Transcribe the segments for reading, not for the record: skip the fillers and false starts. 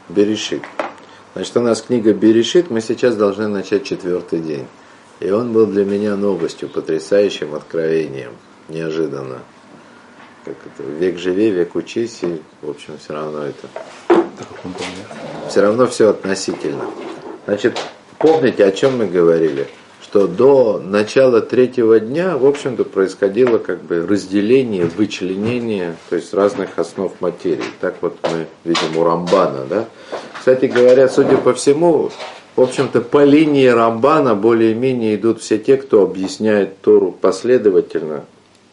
Берешит. Значит, у нас книга Берешит, мы сейчас должны начать 4-й день. И он был для меня новостью, потрясающим откровением, неожиданно. Как это, век живи, век учись, и, в общем, все равно это... Все равно все относительно. Значит, помните, о чем мы говорили? Что до начала 3-го дня, в общем-то, происходило как бы разделение, вычленение, то есть разных основ материи. Так вот мы видим у Рамбана, да? Кстати говоря, судя по всему, в общем-то, по линии Рамбана более-менее идут все те, кто объясняет Тору последовательно.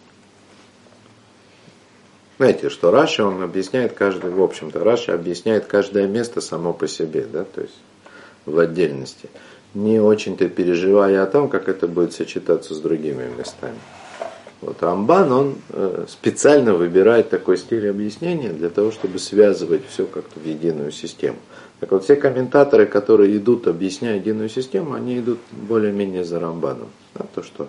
Знаете, что Раши, он объясняет каждый, в общем-то, Раши объясняет каждое место само по себе, да, то есть в отдельности, не очень-то переживая о том, как это будет сочетаться с другими местами. Вот Рамбан, он специально выбирает такой стиль объяснения для того, чтобы связывать все как-то в единую систему. Так вот, все комментаторы, которые идут, объясняя единую систему, они идут более-менее за Рамбаном. Да, то, что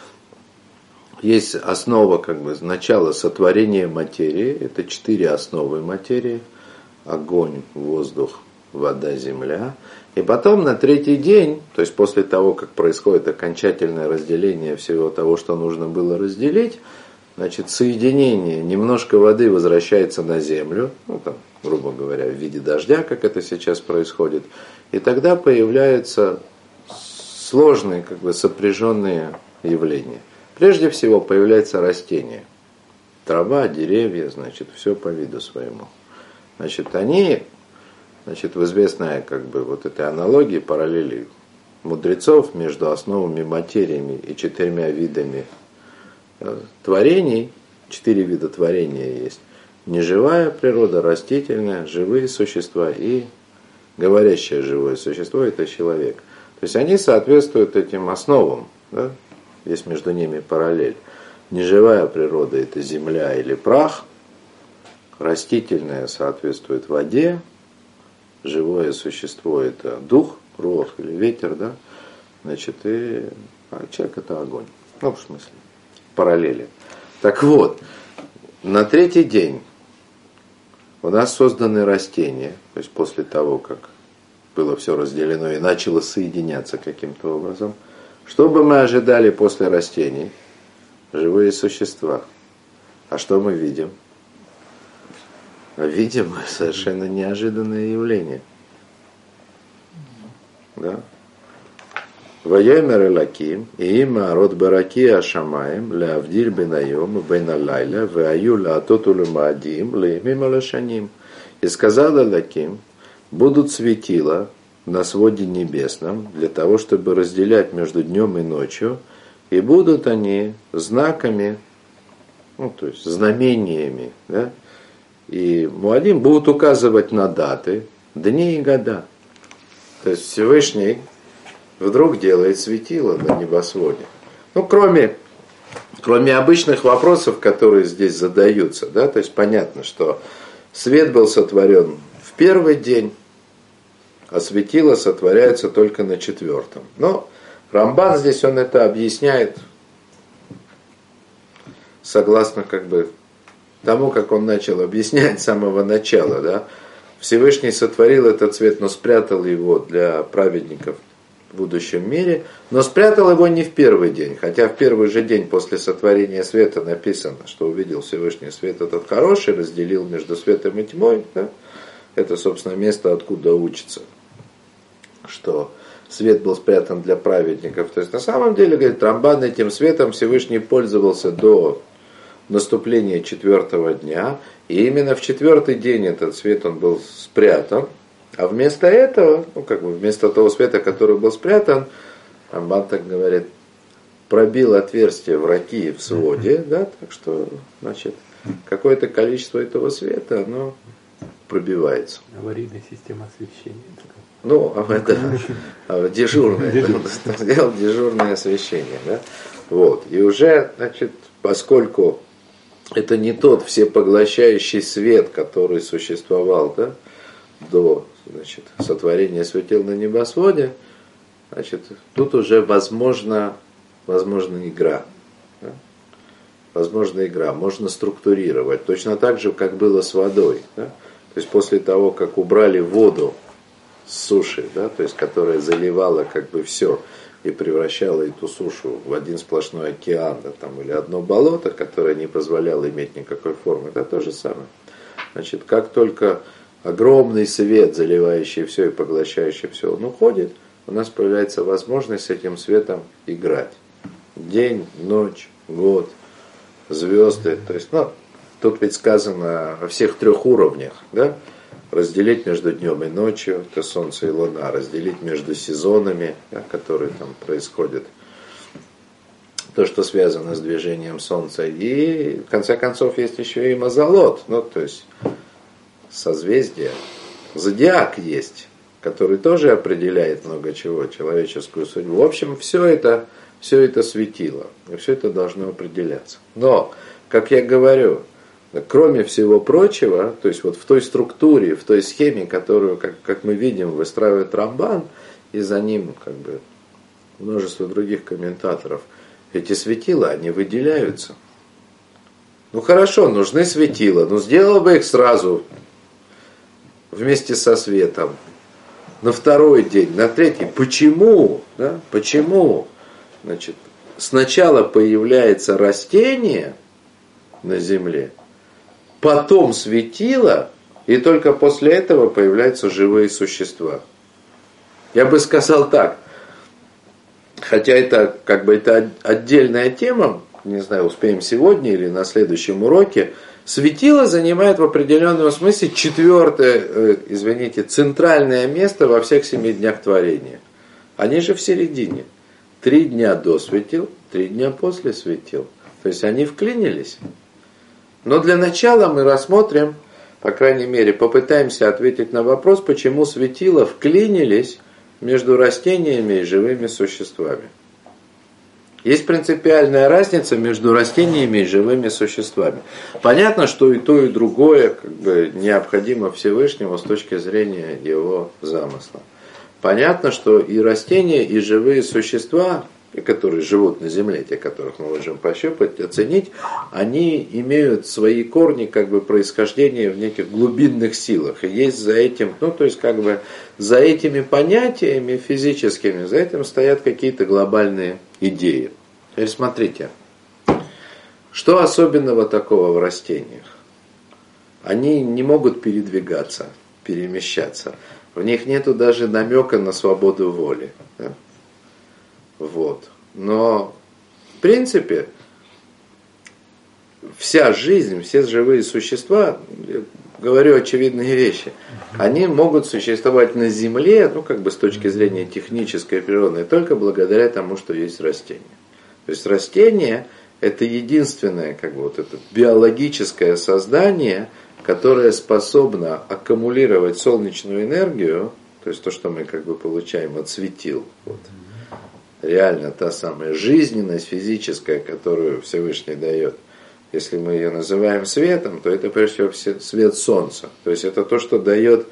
есть основа, как бы, начало сотворения материи, это 4 основы материи: огонь, воздух, вода, земля. И потом на 3-й день, то есть после того, как происходит окончательное разделение всего того, что нужно было разделить, значит, соединение, немножко воды возвращается на землю, ну, там, грубо говоря, в виде дождя, как это сейчас происходит, и тогда появляются сложные, как бы, сопряженные явления. Прежде всего появляется растение, трава, деревья, значит, все по виду своему. Значит, они, значит, в известной, как бы, вот этой аналогии, параллели мудрецов между основами материями и 4 видами творений, 4 вида творения есть: неживая природа, растительная, живые существа и говорящее живое существо, это человек. То есть они соответствуют этим основам, да? Есть между ними параллель. Неживая природа – это земля или прах, растительное соответствует воде, живое существо – это дух, руах или ветер, да? Значит, и человек – это огонь. Ну, в смысле, параллели. Так вот, на 3-й день у нас созданы растения, то есть после того, как было все разделено и начало соединяться каким-то образом. Что бы мы ожидали после растений? Живые существа. А что мы видим? Видим совершенно неожиданное явление. Да? Вайомер элаким, и има род бараки ашамаем, леавдиль бенайом, беналайля, веаю лаатоту лемаадим, леемим алашаним. И сказал элаким: будут светила на своде небесном, для того, чтобы разделять между днем и ночью, и будут они знаками, ну, то есть знамениями, да? И муадим будут указывать на даты, дни и года. То есть Всевышний вдруг делает светило на небосводе. Ну, кроме обычных вопросов, которые здесь задаются, да, то есть понятно, что свет был сотворен в 1-й день, а светило сотворяется только на 4-м. Но Рамбан здесь, он это объясняет согласно, как бы, тому, как он начал объяснять с самого начала. Да? Всевышний сотворил этот свет, но спрятал его для праведников в будущем мире, но спрятал его не в 1-й день, хотя в 1-й же день после сотворения света написано, что увидел Всевышний свет этот хороший, разделил между светом и тьмой. Да? Это, собственно, место, откуда учится, что свет был спрятан для праведников. То есть на самом деле, говорит Рамбан, этим светом Всевышний пользовался до наступления 4-го дня, и именно в 4-й день этот свет он был спрятан, а вместо этого, ну, как бы вместо того света, который был спрятан, Рамбан так говорит, пробил отверстие в раки в своде, да, так что, значит, какое-то количество этого света, оно пробивается. Аварийная система освещения. Ну, это дежурное, он сделал дежурное освещение, да? Вот. И уже, значит, поскольку это не тот всепоглощающий свет, который существовал, да, до, значит, сотворения светил на небосводе, значит, тут уже возможна игра. Да? Возможна игра, можно структурировать. Точно так же, как было с водой. Да? То есть после того, как убрали воду с суши, да, то есть которая заливала как бы все и превращала эту сушу в один сплошной океан, да, там, или одно болото, которое не позволяло иметь никакой формы, это то же самое. Значит, как только огромный свет, заливающий все и поглощающий все, он уходит, у нас появляется возможность с этим светом играть. День, ночь, год, звезды. То есть, тут ведь сказано о всех трех уровнях, да? Разделить между днем и ночью, это солнце и луна, разделить между сезонами, да, которые там происходят, то, что связано с движением солнца. И, в конце концов, есть еще и мазолот, то есть созвездие. Зодиак есть, который тоже определяет много чего, человеческую судьбу. В общем, все это светило, и все это должно определяться. Но, как я говорю, кроме всего прочего, то есть вот в той структуре, в той схеме, которую, как мы видим, выстраивает Рамбан, и за ним как бы множество других комментаторов, эти светила, они выделяются. Хорошо, нужны светила, сделал бы их сразу вместе со светом. На второй день, на третий. Почему? Да? Почему? Значит, сначала появляется растение на земле, потом светило, и только после этого появляются живые существа. Я бы сказал так, хотя это это отдельная тема, не знаю, успеем сегодня или на следующем уроке, светило занимает в определенном смысле центральное место во всех 7 днях творения. Они же в середине. 3 дня до светил, 3 дня после светил. То есть они вклинились. Но для начала мы рассмотрим, по крайней мере, попытаемся ответить на вопрос, почему светила вклинились между растениями и живыми существами. Есть принципиальная разница между растениями и живыми существами. Понятно, что и то, и другое необходимо Всевышнему с точки зрения его замысла. Понятно, что и растения, и живые существа, которые живут на земле, те, которых мы можем пощупать, оценить, они имеют свои корни, происхождение в неких глубинных силах. И есть за этим, за этими понятиями физическими, за этим стоят какие-то глобальные идеи. Теперь смотрите, что особенного такого в растениях? Они не могут передвигаться, перемещаться. В них нету даже намека на свободу воли. Да? Но, в принципе, вся жизнь, все живые существа, я говорю очевидные вещи, они могут существовать на Земле, с точки зрения технической природы, только благодаря тому, что есть растения. То есть растение – это единственное, это биологическое создание, которое способно аккумулировать солнечную энергию, то есть то, что мы получаем от светил. Реально та самая жизненность физическая, которую Всевышний дает. Если мы ее называем светом, то это прежде всего свет солнца. То есть это то, что дает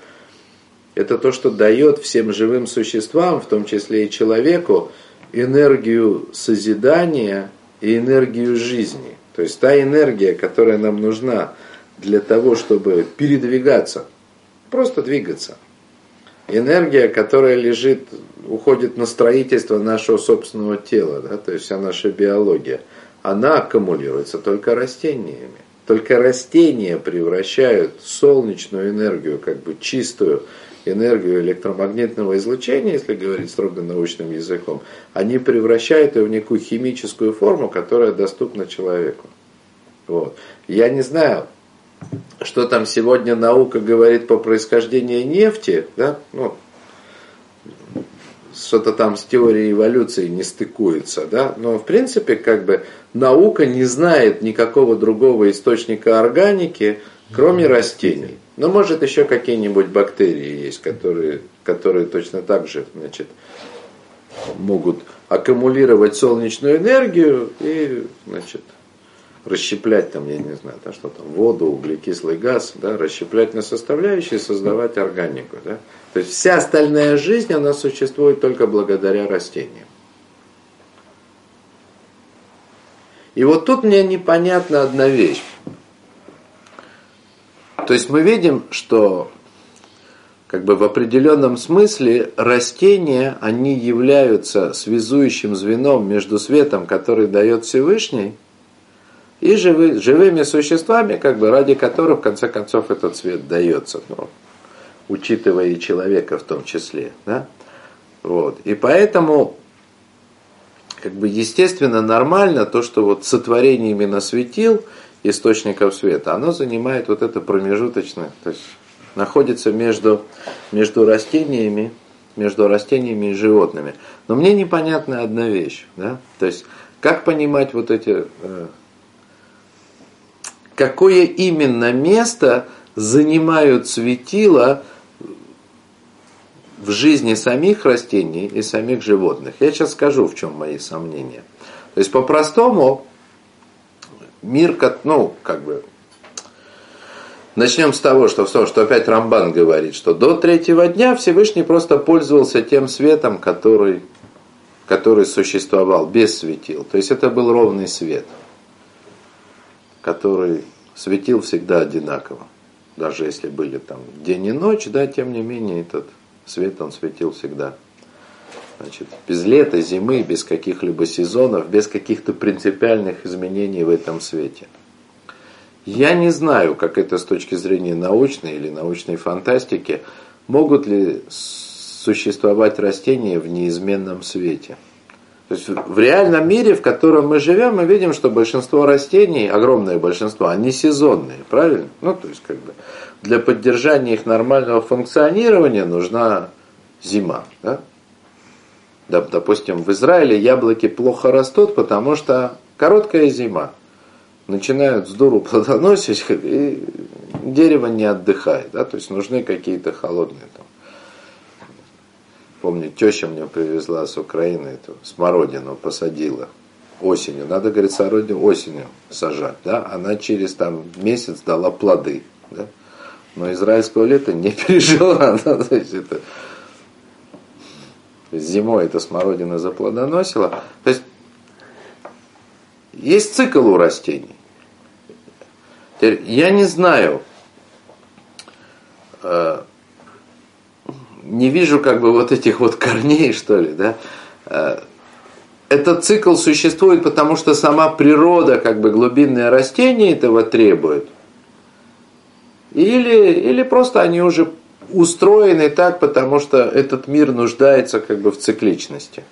всем живым существам, в том числе и человеку, энергию созидания и энергию жизни. То есть та энергия, которая нам нужна для того, чтобы передвигаться, просто двигаться. Энергия, которая уходит на строительство нашего собственного тела, да, то есть вся наша биология, она аккумулируется только растениями. Только растения превращают солнечную энергию, чистую энергию электромагнитного излучения, если говорить строго научным языком, они превращают ее в некую химическую форму, которая доступна человеку. Я не знаю, что там сегодня наука говорит по происхождению нефти, да? Что-то там с теорией эволюции не стыкуется, да? Но в принципе наука не знает никакого другого источника органики, кроме растений. Но может еще какие-нибудь бактерии есть, которые точно так же, могут аккумулировать солнечную энергию и, расщеплять воду, углекислый газ, да, расщеплять на составляющие, создавать органику. Да? То есть вся остальная жизнь, она существует только благодаря растениям. И тут мне непонятна одна вещь. То есть мы видим, что как бы в определенном смысле растения, они являются связующим звеном между светом, который дает Всевышний, и живыми существами, как бы, ради которых в конце концов этот свет дается, ну, учитывая и человека в том числе. Да? Вот. И поэтому как бы естественно нормально то, что вот сотворение именно светил, источников света, оно занимает вот это промежуточное, то есть находится между растениями и животными. Но мне непонятна одна вещь, да? То есть как понимать вот эти, какое именно место занимают светила в жизни самих растений и самих животных. Я сейчас скажу, в чем мои сомнения. То есть по-простому мир, ну, как бы, начнем с того, что опять Рамбан говорит, что до третьего дня Всевышний просто пользовался тем светом, который существовал, без светил. То есть это был ровный свет, который светил всегда одинаково. Даже если были там день и ночь, да, тем не менее этот свет, он светил всегда. Значит, без лета, зимы, без каких-либо сезонов, без каких-то принципиальных изменений в этом свете. Я не знаю, как это с точки зрения научной или научной фантастики, могут ли существовать растения в неизменном свете. То есть в реальном мире, в котором мы живем, мы видим, что большинство растений, огромное большинство, они сезонные, правильно? Ну, то есть, как бы, для поддержания их нормального функционирования нужна зима, да? Допустим, в Израиле яблоки плохо растут, потому что короткая зима. Начинают с дуру плодоносить, и дерево не отдыхает. Да? То есть нужны какие-то холодные. Там. Помню, теща мне привезла с Украины эту смородину, посадила осенью. Надо, говорит, смородину осенью сажать. Да? Она через там, месяц дала плоды. Да? Но израильского лета не пережила. Да? То есть это... Зимой эта смородина заплодоносила. То есть есть цикл у растений. Теперь, я не знаю, не вижу как бы вот этих вот корней, что ли, да. Этот цикл существует, потому что сама природа, как бы глубинное растение этого требует. Или просто они уже устроены так, потому что этот мир нуждается как бы в цикличности.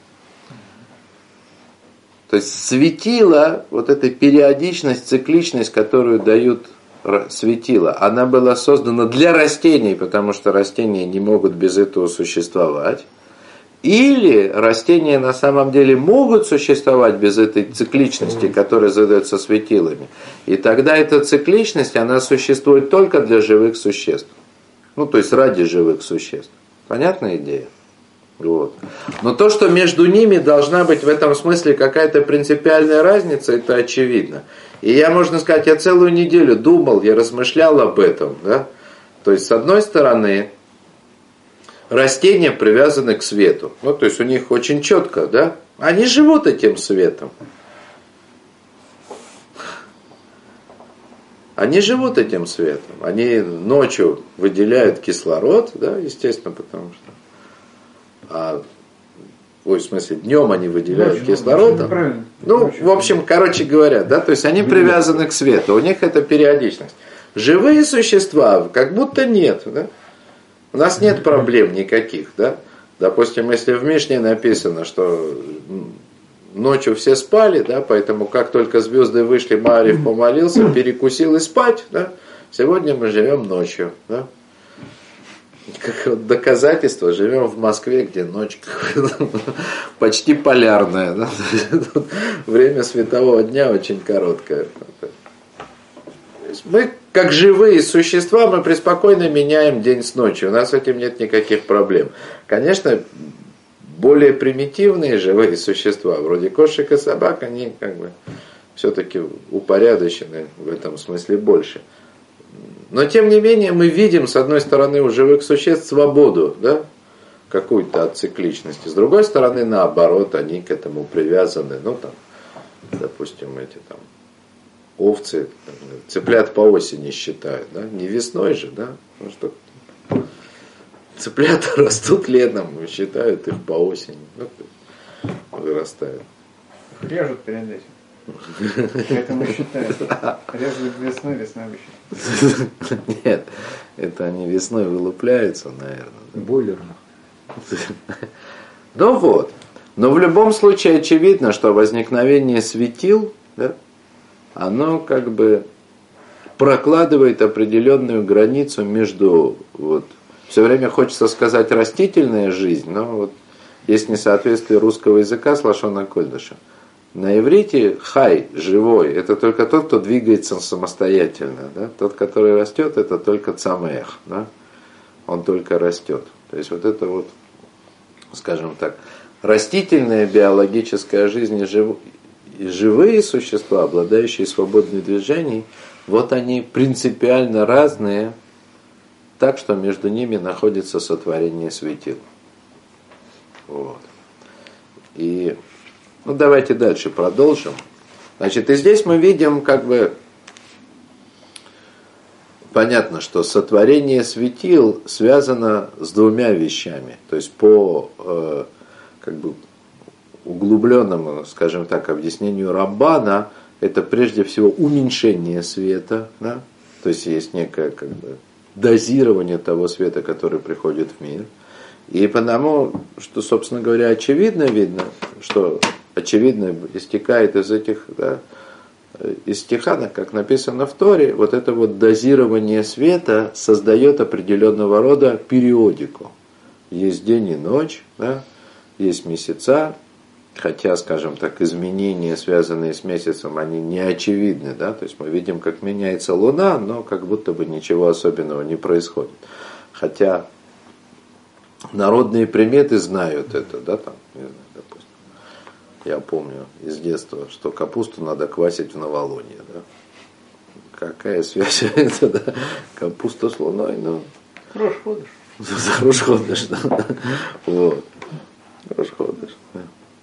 То есть светило, вот эта периодичность, цикличность, которую дают светила, она была создана для растений, потому что растения не могут без этого существовать. Или растения на самом деле могут существовать без этой цикличности, которая задается светилами. И тогда эта цикличность, она существует только для живых существ. Ну, то есть ради живых существ. Понятная идея? Вот. Но то, что между ними должна быть в этом смысле какая-то принципиальная разница, это очевидно. И я, можно сказать, я целую неделю думал, я размышлял об этом. Да? То есть, с одной стороны, растения привязаны к свету. Ну, то есть, у них очень четко, да? Они живут этим светом. Они живут этим светом. Они ночью выделяют кислород, да, естественно, потому что... в смысле, днем они выделяют кислород. Ну, в общем, короче говоря, да, то есть они привязаны к свету, у них это периодичность. Живые существа как будто нет, да? У нас нет проблем никаких, да? Допустим, если в Мишне написано, что ночью все спали, да, поэтому как только звезды вышли, Маарев помолился, перекусил и спать, да? Сегодня мы живем ночью, да? Как доказательство, живем в Москве, где ночь почти полярная. Да? Время светового дня очень короткое. Мы, как живые существа, мы преспокойно меняем день с ночью. У нас с этим нет никаких проблем. Конечно, более примитивные живые существа, вроде кошек и собак, они как бы все-таки упорядочены в этом смысле больше. Но тем не менее мы видим, с одной стороны, у живых существ свободу, да, какую-то от цикличности. С другой стороны, наоборот, они к этому привязаны. Ну, там, допустим, эти там овцы, цыплят по осени считают, да? Не весной же, да? Ну, что цыплята растут летом, считают их по осени, вырастают. Режут перед этим. Поэтому считают. Режут весной высчитывают. Нет, это они весной вылупляются, наверное. Бойлерно. Ну вот. Но в любом случае очевидно, что возникновение светил, да, оно как бы прокладывает определенную границу между, вот, все время хочется сказать растительная жизнь, но вот есть несоответствие русского языка с лашон а-койдеша. На иврите хай, живой, это только тот, кто двигается самостоятельно. Да? Тот, который растет, это только цамех. Да? Он только растет. То есть вот это вот, скажем так, растительная биологическая жизнь и живые существа, обладающие свободным движением, вот они принципиально разные, так что между ними находится сотворение светил. Вот. И ну, давайте дальше продолжим. Значит, и здесь мы видим, как бы, понятно, что сотворение светил связано с двумя вещами. То есть по как бы углубленному, скажем так, объяснению Рамбана, это прежде всего уменьшение света, да? То есть есть некое как бы дозирование того света, который приходит в мир. И потому, что, собственно говоря, очевидно видно, что очевидно истекает из этих, да, из стиха, как написано в Торе, вот это вот дозирование света создает определенного рода периодику. Есть день и ночь, да, есть месяца, хотя, скажем так, изменения, связанные с месяцем, они не очевидны, да, то есть мы видим, как меняется Луна, но как будто бы ничего особенного не происходит. Хотя народные приметы знают это, да, там, не знаю, допустим. Я помню из детства, что капусту надо квасить в новолуние, да. Какая связь это, да? Капуста с Луной, ну. Рош-ходыш. Рош-ходыш, да. Вот. Рош-ходыш, да.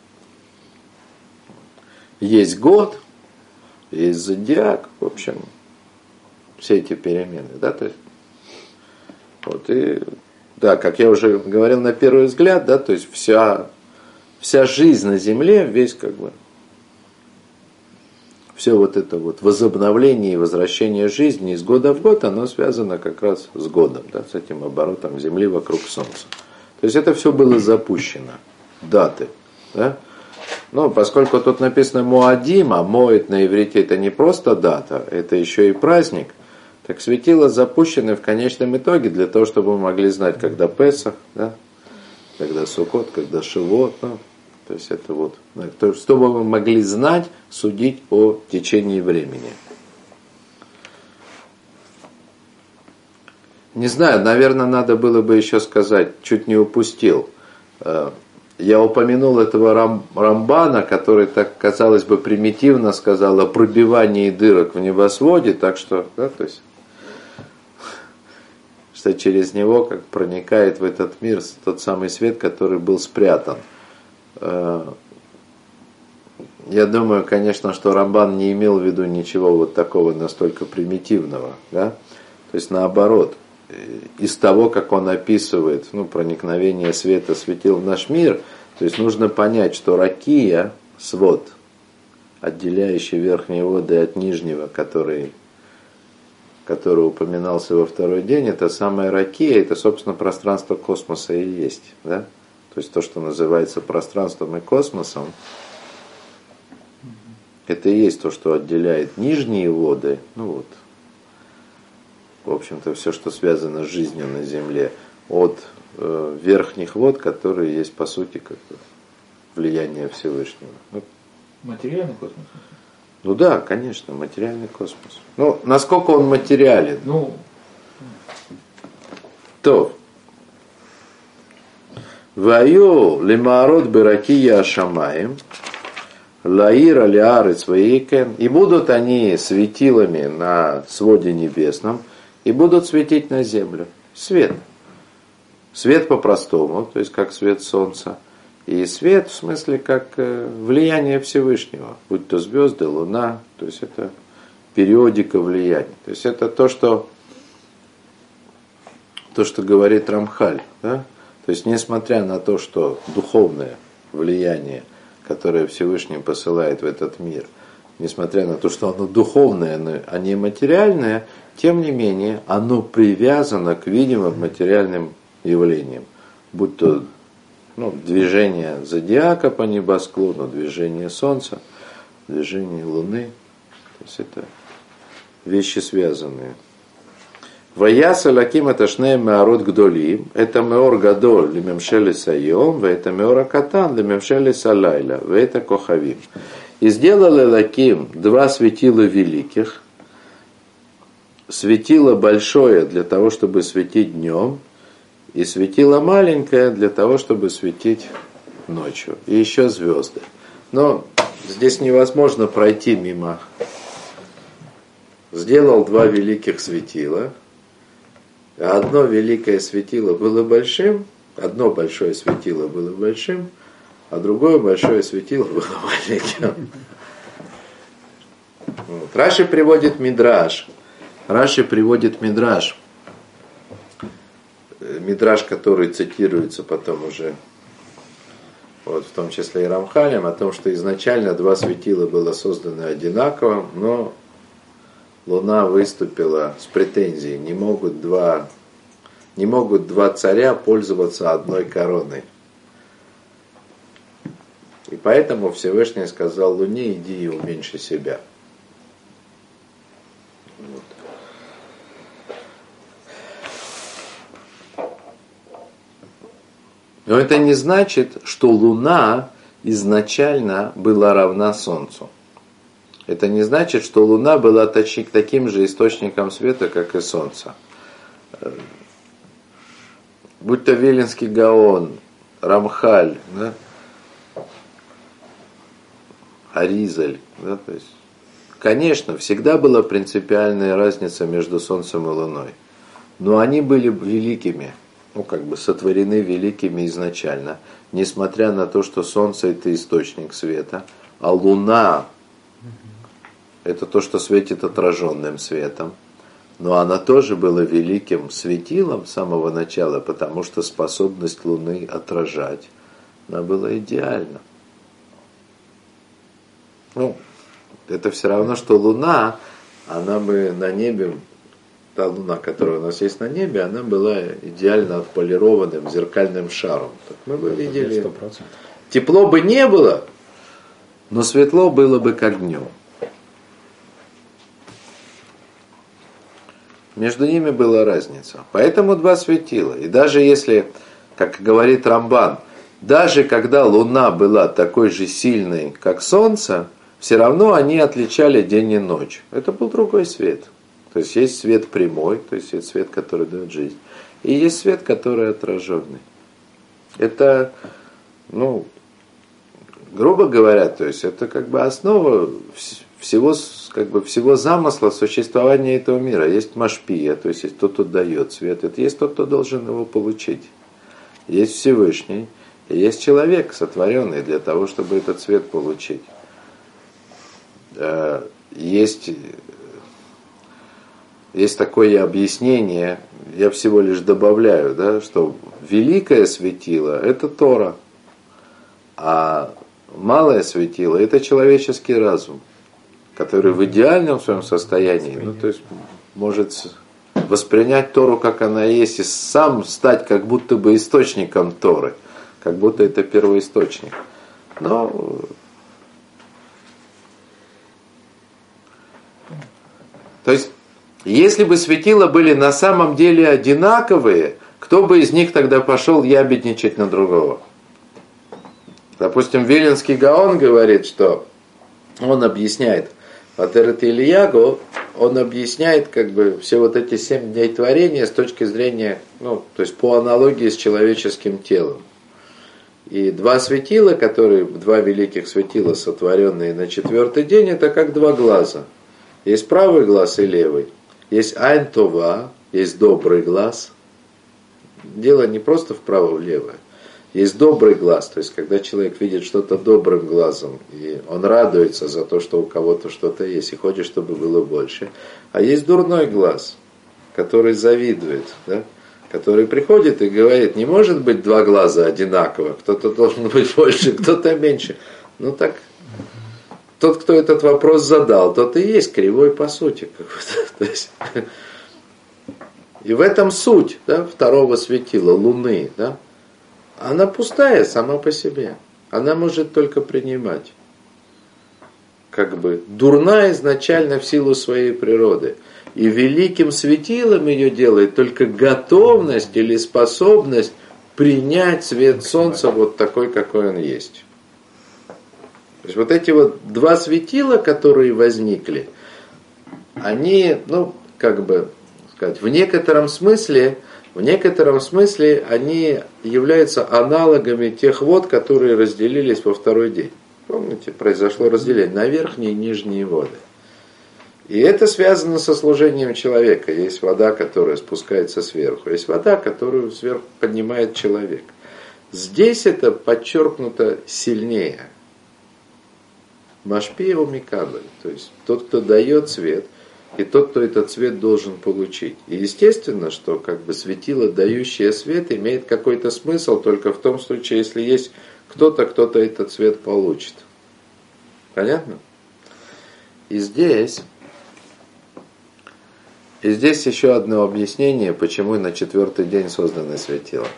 Есть год, есть зодиак, в общем, все эти перемены, да, то есть, вот, и, да, как я уже говорил на первый взгляд, да, то есть вся жизнь на Земле, весь как бы, все вот это вот возобновление и возвращение жизни из года в год, оно связано как раз с годом, да, с этим оборотом Земли вокруг Солнца. То есть это все было запущено, даты, да. Но поскольку тут написано Моадим, а Моэд на иврите это не просто дата, это еще и праздник, так светила запущены в конечном итоге для того, чтобы мы могли знать, когда Песах, да, когда Суккот, когда Шивот, ну, то есть это вот, чтобы мы могли знать, судить о течении времени. Не знаю, наверное, надо было бы еще сказать, чуть не упустил. Я упомянул этого Рамбана, который, так казалось бы, примитивно сказал о пробивании дырок в небосводе, так что, да, то есть, что через него как проникает в этот мир тот самый свет, который был спрятан. Я думаю, конечно, что Рамбан не имел в виду ничего вот такого настолько примитивного, да? То есть наоборот, из того, как он описывает, ну, проникновение света светил в наш мир, то есть нужно понять, что ракия, свод, отделяющий верхние воды от нижнего, который упоминался во второй день, это самая ракия, это, собственно, пространство космоса и есть, да? То есть то, что называется пространством и космосом, это и есть то, что отделяет нижние воды, ну вот, в общем-то, все, что связано с жизнью на Земле, от верхних вод, которые есть, по сути, как влияние Всевышнего. Материальный космос? Ну да, конечно, материальный космос. Ну, насколько он материален? Ну, то. Ваю лимаарот беракия ашамаим, лаира лиарец вейкен, и будут они светилами на своде небесном, и будут светить на землю. Свет. Свет по-простому, то есть как свет солнца. И свет в смысле как влияние Всевышнего, будь то звезды, луна, то есть это периодика влияния. То есть это то, что говорит Рамхаль. Да? То есть несмотря на то, что духовное влияние, которое Всевышний посылает в этот мир, несмотря на то, что оно духовное, а не материальное, тем не менее оно привязано к видимым материальным явлениям. Будь то движение зодиака по небосклону, движение Солнца, движение Луны. То есть это вещи связанные. Ваяса лаким это шней меород гдолим, это меор гадоль лемемшели сайом, это меор акатан лемемшели салайля, это кохавим. И сделали лаким два светила великих, светило большое для того, чтобы светить днем, и светило маленькое для того, чтобы светить ночью, и еще звезды. Но здесь невозможно пройти мимо. Сделал два великих светила. Одно великое светило было большим, одно большое светило было большим, а другое большое светило было маленьким. Вот. Раши приводит Мидраш. Мидраш, который цитируется потом уже, в том числе и Рамхалем, о том, что изначально два светила было создано одинаково, но Луна выступила с претензией, не могут два царя пользоваться одной короной. И поэтому Всевышний сказал Луне: иди и уменьши себя. Вот. Но это не значит, что Луна изначально была равна Солнцу. Это не значит, что Луна была таким же источником света, как и Солнце. Будь то Виленский Гаон, Рамхаль, да? Аризаль. Да? То есть, конечно, всегда была принципиальная разница между Солнцем и Луной. Но они были великими, сотворены великими изначально. Несмотря на то, что Солнце – это источник света, а Луна – это то, что светит отраженным светом. Но она тоже была великим светилом с самого начала, потому что способность Луны отражать, она была идеальна. Это все равно, что Луна, она бы на небе, та Луна, которая у нас есть на небе, она была идеально отполированным зеркальным шаром. Так мы бы видели, 100%. Тепло бы не было, но светло было бы как днем. Между ними была разница. Поэтому два светила. И даже если, как говорит Рамбан, даже когда Луна была такой же сильной, как Солнце, все равно они отличали день и ночь. Это был другой свет. То есть есть свет прямой, то есть есть свет, который дает жизнь. И есть свет, который отраженный. Это, грубо говоря, то есть это основа всего замысла существования этого мира. Есть машпия, то есть есть тот, кто дает свет, это есть тот, кто должен его получить. Есть Всевышний, и есть человек, сотворенный для того, чтобы этот свет получить. Есть такое объяснение, я всего лишь добавляю, да, что великое светило – это Тора, а малое светило – это человеческий разум, который в идеальном своем состоянии, то есть может воспринять Тору, как она есть, и сам стать как будто бы источником Торы, как будто это первоисточник. Но то есть, если бы светила были на самом деле одинаковые, кто бы из них тогда пошел ябедничать на другого? Допустим, Виленский Гаон говорит, что он объясняет, Атерет Ильяго, он объясняет все вот эти 7 дней творения с точки зрения, то есть по аналогии с человеческим телом. И два светила, два великих светила, сотворенные на 4-й день, это как два глаза. Есть правый глаз и левый. Есть айн това, есть добрый глаз. Дело не просто вправо-влево. Есть добрый глаз, то есть когда человек видит что-то добрым глазом, и он радуется за то, что у кого-то что-то есть, и хочет, чтобы было больше. А есть дурной глаз, который завидует, да? Который приходит и говорит, не может быть два глаза одинаково, кто-то должен быть больше, кто-то меньше. Ну так, тот, кто этот вопрос задал, тот и есть кривой по сути. То есть, и в этом суть, да, второго светила, Луны, да, она пустая сама по себе. Она может только принимать. Как бы дурна изначально в силу своей природы. И великим светилом ее делает только готовность или способность принять свет солнца вот такой, какой он есть. То есть вот эти вот два светила, которые возникли, они, ну, как бы сказать, в некотором смысле они являются аналогами тех вод, которые разделились во второй день. Помните, произошло разделение на верхние и нижние воды. И это связано со служением человека. Есть вода, которая спускается сверху, есть вода, которую сверху поднимает человек. Здесь это подчеркнуто сильнее. Машпия умикабль, то есть тот, кто дает свет, и тот, кто этот свет должен получить. И естественно, что как бы светило, дающее свет, имеет какой-то смысл только в том случае, если есть кто-то этот свет получит. Понятно? И здесь еще одно объяснение, почему на четвертый день создано светило.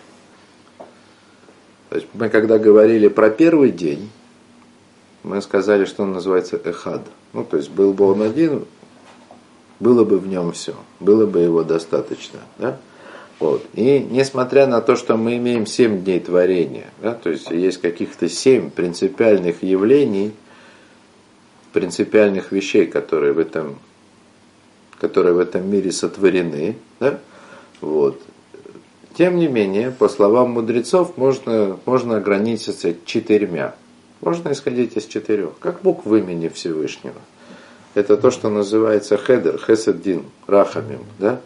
То есть мы когда говорили про первый день, мы сказали, что он называется эхад. Ну, то есть был бы он один, было бы в нем все, было бы его достаточно. Да? Вот. И несмотря на то, что мы имеем 7 дней творения, да, то есть есть каких-то 7 принципиальных явлений, принципиальных вещей, которые в этом мире сотворены, да? Вот. Тем не менее, по словам мудрецов, можно ограничиться 4. Можно исходить из 4, как букв в имени Всевышнего. Это то, что называется хедер, хесед дин, рахамим. Да?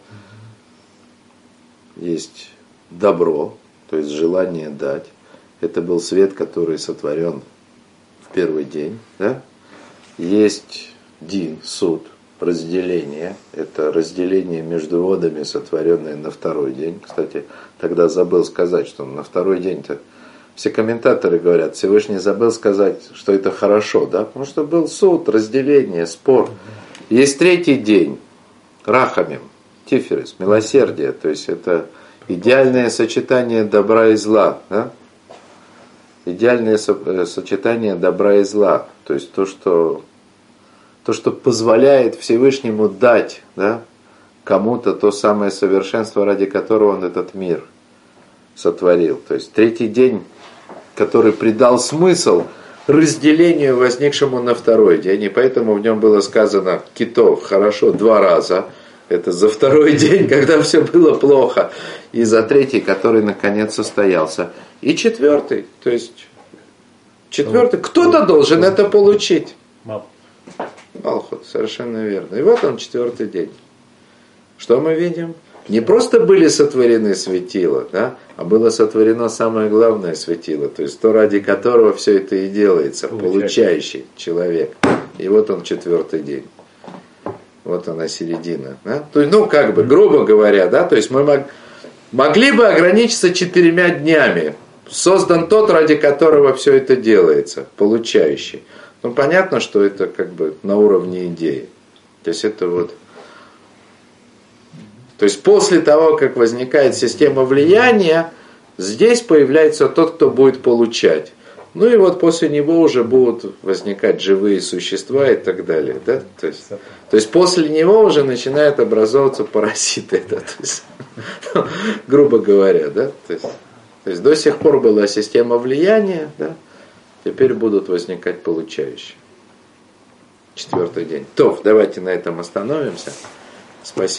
Есть добро, то есть желание дать. Это был свет, который сотворен в первый день. Да? Есть дин, суд, разделение. Это разделение между водами, сотворенное на второй день. Кстати, тогда забыл сказать, что на второй день-то все комментаторы говорят, Всевышний забыл сказать, что это хорошо, да? Потому что был суд, разделение, спор. Есть третий день, рахамим, тиферес, милосердие, то есть это идеальное сочетание добра и зла, да? Идеальное сочетание добра и зла, то есть то, что позволяет Всевышнему дать, да, кому-то то самое совершенство, ради которого он этот мир сотворил. То есть третий день, который придал смысл разделению, возникшему на второй день. И поэтому в нем было сказано китов хорошо 2 раза. Это за второй день, когда все было плохо. И за третий, который наконец состоялся. И четвертый, то есть четвертый, кто-то должен это получить. Малхут, совершенно верно. И вот он, 4-й день. Что мы видим? Не просто были сотворены светила, да, а было сотворено самое главное светило, то есть то, ради которого все это и делается, получающий человек. И вот он, 4-й день. Вот она середина. Да? То есть, ну, как бы, грубо говоря, да, то есть мы могли бы ограничиться 4 днями. Создан тот, ради которого все это делается, получающий. Ну, понятно, что это как бы на уровне идеи. То есть это вот... То есть после того, как возникает система влияния, здесь появляется тот, кто будет получать. Ну и вот после него уже будут возникать живые существа и так далее. Да? То есть после него уже начинают образовываться паразиты. Да? То есть, ну, грубо говоря. Да? То есть до сих пор была система влияния, да? Теперь будут возникать получающие. 4-й день. То, давайте на этом остановимся. Спасибо.